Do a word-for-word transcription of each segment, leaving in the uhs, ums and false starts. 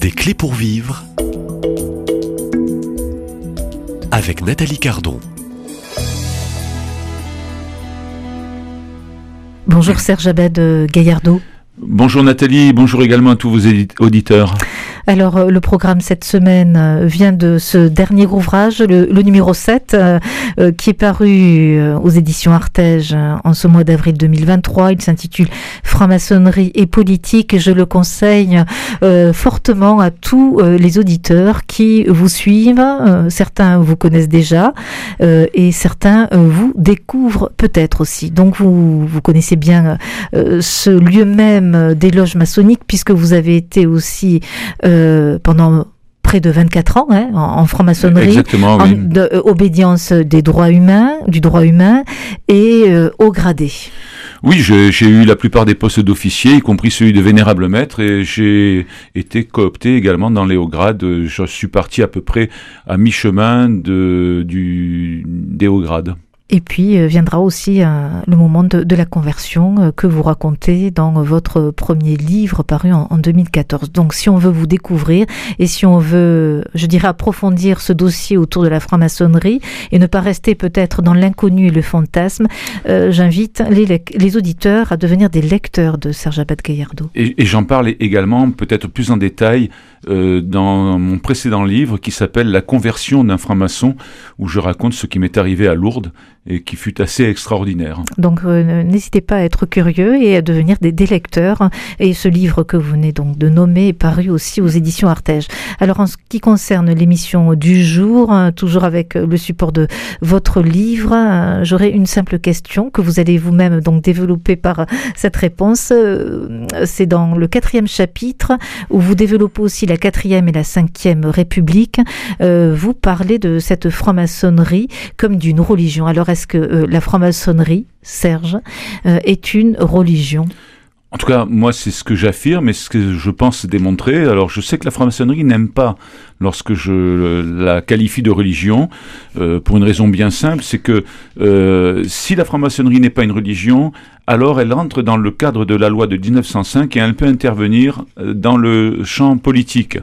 Des clés pour vivre avec Nathalie Cardon. Bonjour Serge Abed Gaillardeau. Bonjour Nathalie, bonjour également à tous vos auditeurs. Alors, le programme cette semaine vient de ce dernier ouvrage, le, le numéro sept, euh, euh, qui est paru euh, aux éditions Artege euh, en ce mois d'avril deux mille vingt-trois. Il s'intitule Franc-maçonnerie et politique. Je le conseille euh, fortement à tous euh, les auditeurs qui vous suivent. Euh, certains vous connaissent déjà euh, et certains euh, vous découvrent peut-être aussi. Donc, vous, vous connaissez bien euh, ce lieu même des loges maçonniques puisque vous avez été aussi... Euh, Euh, pendant près de vingt-quatre ans hein, en, en franc-maçonnerie, Exactement, oui. en de, euh, obédience des droits humains, du droit humain et euh, au gradé. Oui, je, j'ai eu la plupart des postes d'officier, y compris celui de vénérable maître, et j'ai été coopté également dans les hauts grades. Je suis parti à peu près à mi-chemin de, du, des hauts grades. Et puis euh, viendra aussi euh, le moment de, de la conversion euh, que vous racontez dans votre premier livre paru en, en deux mille quatorze. Donc si on veut vous découvrir et si on veut, je dirais, approfondir ce dossier autour de la franc-maçonnerie et ne pas rester peut-être dans l'inconnu et le fantasme, euh, j'invite les, les auditeurs à devenir des lecteurs de Serge Abed Gaillardeau. Et, et j'en parle également peut-être plus en détail euh, dans mon précédent livre qui s'appelle La conversion d'un franc-maçon, où je raconte ce qui m'est arrivé à Lourdes et qui fut assez extraordinaire. Donc euh, n'hésitez pas à être curieux et à devenir des, des lecteurs. Et ce livre que vous venez donc de nommer est paru aussi aux éditions Artege. Alors en ce qui concerne l'émission du jour, hein, toujours avec le support de votre livre, hein, j'aurai une simple question que vous allez vous-même donc développer par cette réponse. Euh, c'est dans le quatrième chapitre où vous développez aussi la quatrième et la cinquième République. Euh, vous parlez de cette franc-maçonnerie comme d'une religion. Alors est-ce que euh, la franc-maçonnerie, Serge, euh, est une religion ? En tout cas, moi, c'est ce que j'affirme et ce que je pense démontrer. Alors, je sais que la franc-maçonnerie n'aime pas lorsque je la qualifie de religion, euh, pour une raison bien simple, c'est que euh, si la franc-maçonnerie n'est pas une religion, alors elle entre dans le cadre de la loi de dix-neuf cent cinq et elle peut intervenir dans le champ politique,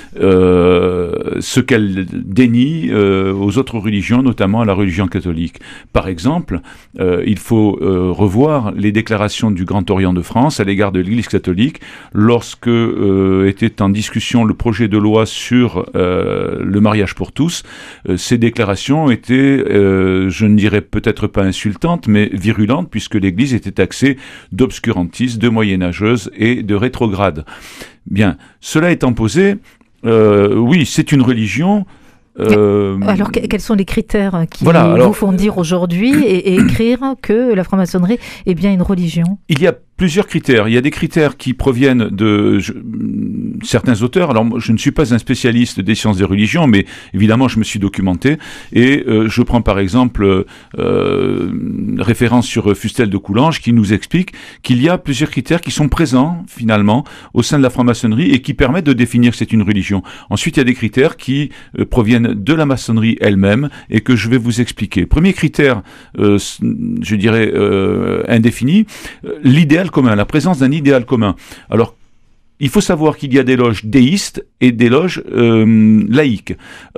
euh, ce qu'elle dénie euh, aux autres religions, notamment à la religion catholique. Par exemple, euh, il faut euh, revoir les déclarations du Grand Orient de France à l'égard de l'Église catholique lorsque euh, était en discussion le projet de loi sur euh, le mariage pour tous. Euh, ces déclarations étaient, euh, je ne dirais peut-être pas insultantes, mais virulentes, puisque l'Église était taxée d'obscurantistes, de moyenâgeuse et de rétrograde. Bien, cela étant posé, euh, oui, c'est une religion. Euh, alors, que, quels sont les critères qui voilà, alors, vous font dire aujourd'hui et, et écrire que la franc-maçonnerie est bien une religion ? Il y a plusieurs critères. Il y a des critères qui proviennent de je, certains auteurs. Alors, je ne suis pas un spécialiste des sciences des religions, mais évidemment, je me suis documenté. Et euh, je prends par exemple euh, référence sur Fustel de Coulanges qui nous explique qu'il y a plusieurs critères qui sont présents, finalement, au sein de la franc-maçonnerie et qui permettent de définir que c'est une religion. Ensuite, il y a des critères qui euh, proviennent de la maçonnerie elle-même et que je vais vous expliquer. Premier critère, euh, je dirais euh, indéfini, euh, l'idéal commun, la présence d'un idéal commun. Alors, il faut savoir qu'il y a des loges déistes et des loges euh, laïques.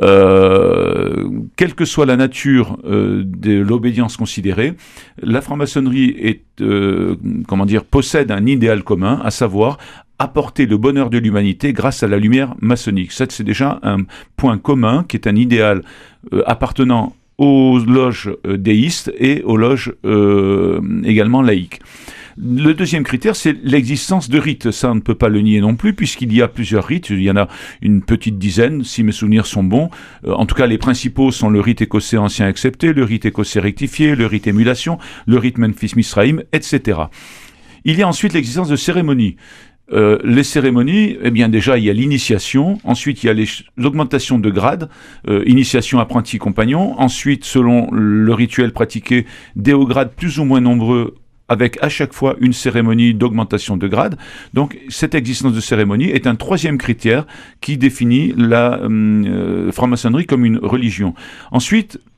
Euh, quelle que soit la nature euh, de l'obédience considérée, la franc-maçonnerie est, euh, comment dire, possède un idéal commun, à savoir apporter le bonheur de l'humanité grâce à la lumière maçonnique. Ça, c'est déjà un point commun qui est un idéal euh, appartenant aux loges euh, déistes et aux loges euh, également laïques. Le deuxième critère, c'est l'existence de rites. Ça, on ne peut pas le nier non plus, puisqu'il y a plusieurs rites. Il y en a une petite dizaine, si mes souvenirs sont bons. Euh, en tout cas, les principaux sont le rite écossais ancien accepté, le rite écossais rectifié, le rite émulation, le rite Memphis-Misraïm, et cetera. Il y a ensuite l'existence de cérémonies. Euh, les cérémonies, eh bien déjà il y a l'initiation, ensuite il y a les, l'augmentation de grade, euh, initiation, apprenti, compagnon, ensuite selon le rituel pratiqué, des hauts grades plus ou moins nombreux, avec à chaque fois une cérémonie d'augmentation de grade. Donc cette existence de cérémonie est un troisième critère qui définit la euh, franc-maçonnerie comme une religion. Ensuite,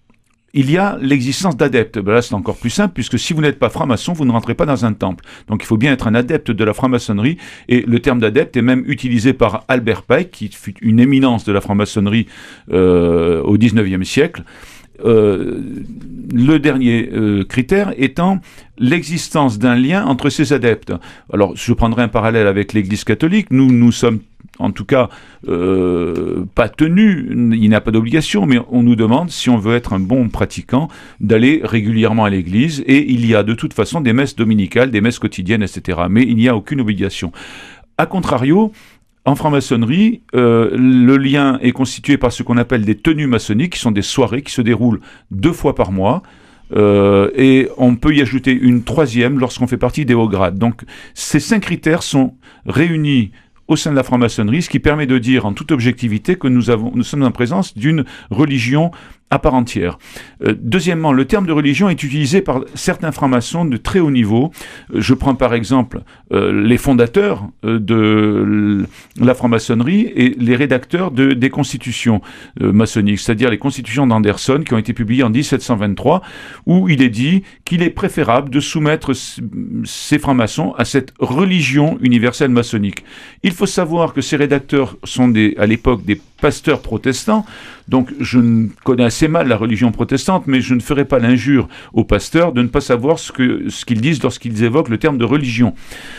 il y a l'existence d'adeptes. Ben là, c'est encore plus simple, puisque si vous n'êtes pas franc-maçon, vous ne rentrez pas dans un temple. Donc, il faut bien être un adepte de la franc-maçonnerie, et le terme d'adepte est même utilisé par Albert Pike, qui fut une éminence de la franc-maçonnerie euh, au dix-neuvième siècle. Euh, le dernier euh, critère étant l'existence d'un lien entre ces adeptes. Alors, je prendrai un parallèle avec l'Église catholique. Nous, nous sommes en tout cas euh, pas tenus, il n'y a pas d'obligation, mais on nous demande, si on veut être un bon pratiquant, d'aller régulièrement à l'église, et il y a de toute façon des messes dominicales, des messes quotidiennes, et cetera. Mais il n'y a aucune obligation. A contrario, en franc-maçonnerie, euh, le lien est constitué par ce qu'on appelle des tenues maçonniques, qui sont des soirées qui se déroulent deux fois par mois, euh, et on peut y ajouter une troisième lorsqu'on fait partie des hauts grades. Donc ces cinq critères sont réunis au sein de la franc-maçonnerie, ce qui permet de dire en toute objectivité que nous, avons, nous sommes en présence d'une religion à part entière. Euh, deuxièmement, le terme de religion est utilisé par certains francs-maçons de très haut niveau. Euh, je prends par exemple euh, les fondateurs euh, de la franc-maçonnerie et les rédacteurs de, des constitutions euh, maçonniques, c'est-à-dire les constitutions d'Anderson qui ont été publiées en dix-sept cent vingt-trois, où il est dit qu'il est préférable de soumettre ces francs-maçons à cette religion universelle maçonnique. Il faut savoir que ces rédacteurs sont des, à l'époque des pasteurs protestants, donc je ne connais assez mal la religion protestante, mais je ne ferai pas l'injure aux pasteurs de ne pas savoir ce que ce qu'ils disent lorsqu'ils évoquent le terme de religion.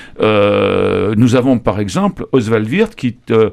Euh, nous avons par exemple Oswald Wirth, qui, euh,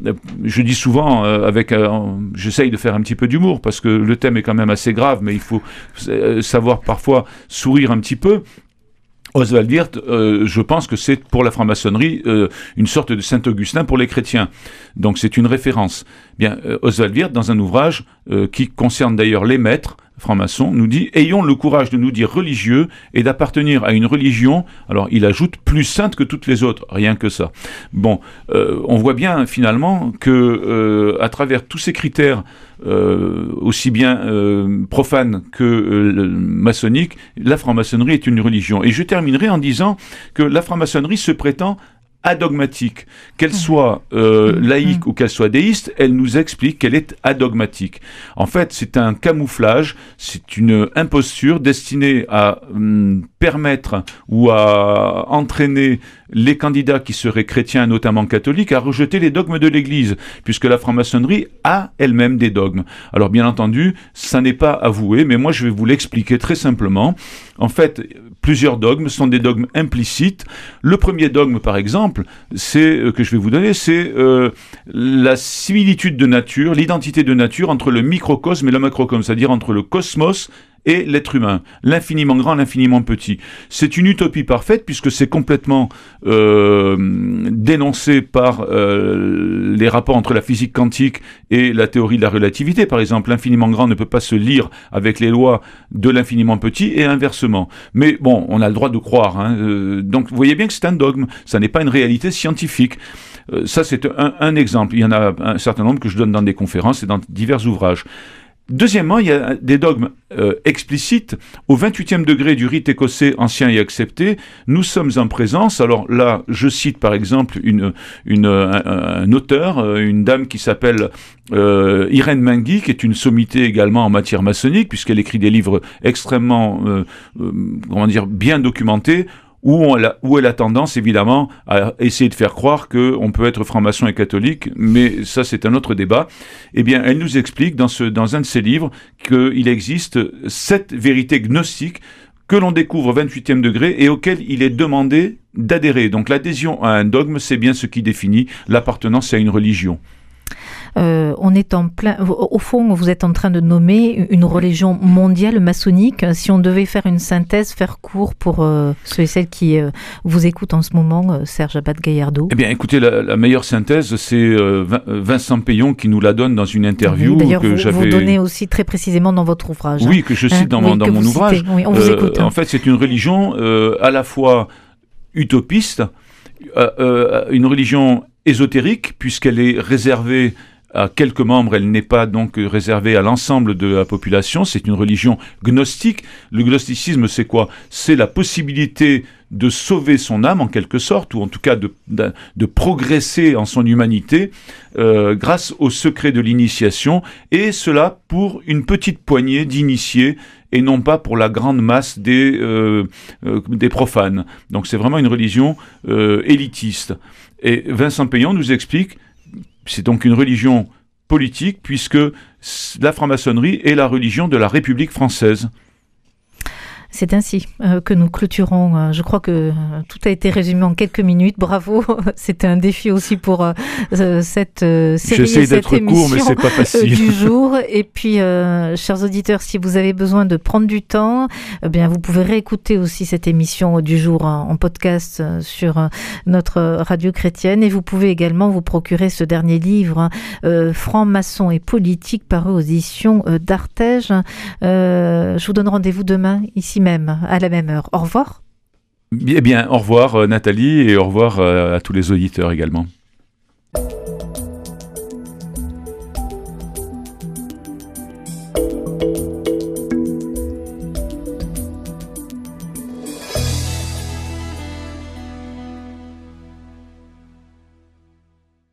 je dis souvent, euh, avec, euh, j'essaye de faire un petit peu d'humour, parce que le thème est quand même assez grave, mais il faut euh, savoir parfois sourire un petit peu. Oswald Wirth, euh, je pense que c'est pour la franc-maçonnerie euh, une sorte de Saint-Augustin pour les chrétiens. Donc c'est une référence. Bien, euh, Oswald Wirth, dans un ouvrage euh, qui concerne d'ailleurs les maîtres francs-maçons, nous dit « Ayons le courage de nous dire religieux et d'appartenir à une religion, alors il ajoute, plus sainte que toutes les autres, rien que ça. » Bon, euh, on voit bien finalement que euh, à travers tous ces critères Euh, aussi bien euh, profane que euh, maçonnique, la franc-maçonnerie est une religion. Et je terminerai en disant que la franc-maçonnerie se prétend adogmatique. Qu'elle soit euh, laïque ou qu'elle soit déiste, elle nous explique qu'elle est adogmatique. En fait, c'est un camouflage, c'est une imposture destinée à hum, permettre ou à entraîner les candidats qui seraient chrétiens, notamment catholiques, à rejeter les dogmes de l'Église, puisque la franc-maçonnerie a elle-même des dogmes. Alors bien entendu, ça n'est pas avoué, mais moi je vais vous l'expliquer très simplement. En fait, plusieurs dogmes sont des dogmes implicites. Le premier dogme, par exemple, c'est euh, que je vais vous donner, c'est euh, la similitude de nature, l'identité de nature entre le microcosme et le macrocosme, c'est-à-dire entre le cosmos et l'être humain, l'infiniment grand, l'infiniment petit. C'est une utopie parfaite puisque c'est complètement euh, dénoncé par euh, les rapports entre la physique quantique et la théorie de la relativité. Par exemple, l'infiniment grand ne peut pas se lire avec les lois de l'infiniment petit et inversement. Mais bon, on a le droit de croire. Hein. Euh, donc vous voyez bien que c'est un dogme, ça n'est pas une réalité scientifique. Euh, ça c'est un, un exemple. Il y en a un certain nombre que je donne dans des conférences et dans divers ouvrages. Deuxièmement, il y a des dogmes euh, explicites. Au vingt-huitième degré du rite écossais ancien et accepté, nous sommes en présence, alors là, je cite par exemple une, une, un, un auteur, une dame qui s'appelle euh, Irène Mingui, qui est une sommité également en matière maçonnique, puisqu'elle écrit des livres extrêmement, euh, euh, comment dire, bien documentés, où, elle a, où elle a tendance, évidemment, à essayer de faire croire qu'on peut être franc-maçon et catholique, mais ça, c'est un autre débat. Eh bien, elle nous explique dans, ce, dans un de ses livres qu'il existe sept vérités gnostiques que l'on découvre au vingt-huitième degré et auxquelles il est demandé d'adhérer. Donc, l'adhésion à un dogme, c'est bien ce qui définit l'appartenance à une religion. Euh, on est en plein. Au fond, vous êtes en train de nommer une religion mondiale maçonnique. Si on devait faire une synthèse, faire court pour euh, ceux et celles qui euh, vous écoutent en ce moment, euh, Serge Abad-Gaillardeau. Eh bien, écoutez, la, la meilleure synthèse, c'est euh, Vincent Payon qui nous la donne dans une interview oui, d'ailleurs, que vous, j'avais. vous donnez aussi très précisément dans votre ouvrage. Oui, que je cite hein, dans, oui, mon, dans mon ouvrage. Oui, on vous écoute. Euh, hein. En fait, c'est une religion euh, à la fois utopiste, euh, euh, une religion ésotérique puisqu'elle est réservée à quelques membres, elle n'est pas donc réservée à l'ensemble de la population, c'est une religion gnostique. Le gnosticisme, c'est quoi? C'est la possibilité de sauver son âme en quelque sorte, ou en tout cas de, de, de progresser en son humanité euh, grâce au secret de l'initiation, et cela pour une petite poignée d'initiés et non pas pour la grande masse des, euh, euh, des profanes. Donc c'est vraiment une religion euh, élitiste. Et Vincent Payan nous explique, c'est donc une religion politique, puisque la franc-maçonnerie est la religion de la République française. C'est ainsi euh, que nous clôturons. Euh, je crois que euh, tout a été résumé en quelques minutes. Bravo. C'était un défi aussi pour euh, cette euh, série et cette d'être émission court, mais c'est pas facile. Euh, du jour. Et puis, euh, chers auditeurs, si vous avez besoin de prendre du temps, eh bien, vous pouvez réécouter aussi cette émission du jour en, en podcast euh, sur euh, notre radio chrétienne. Et vous pouvez également vous procurer ce dernier livre, euh, Franc-maçon et politique, paru aux éditions euh, d'Artege. Euh, je vous donne rendez-vous demain, ici même, à la même heure. Au revoir. Eh bien, au revoir Nathalie, et au revoir à tous les auditeurs également.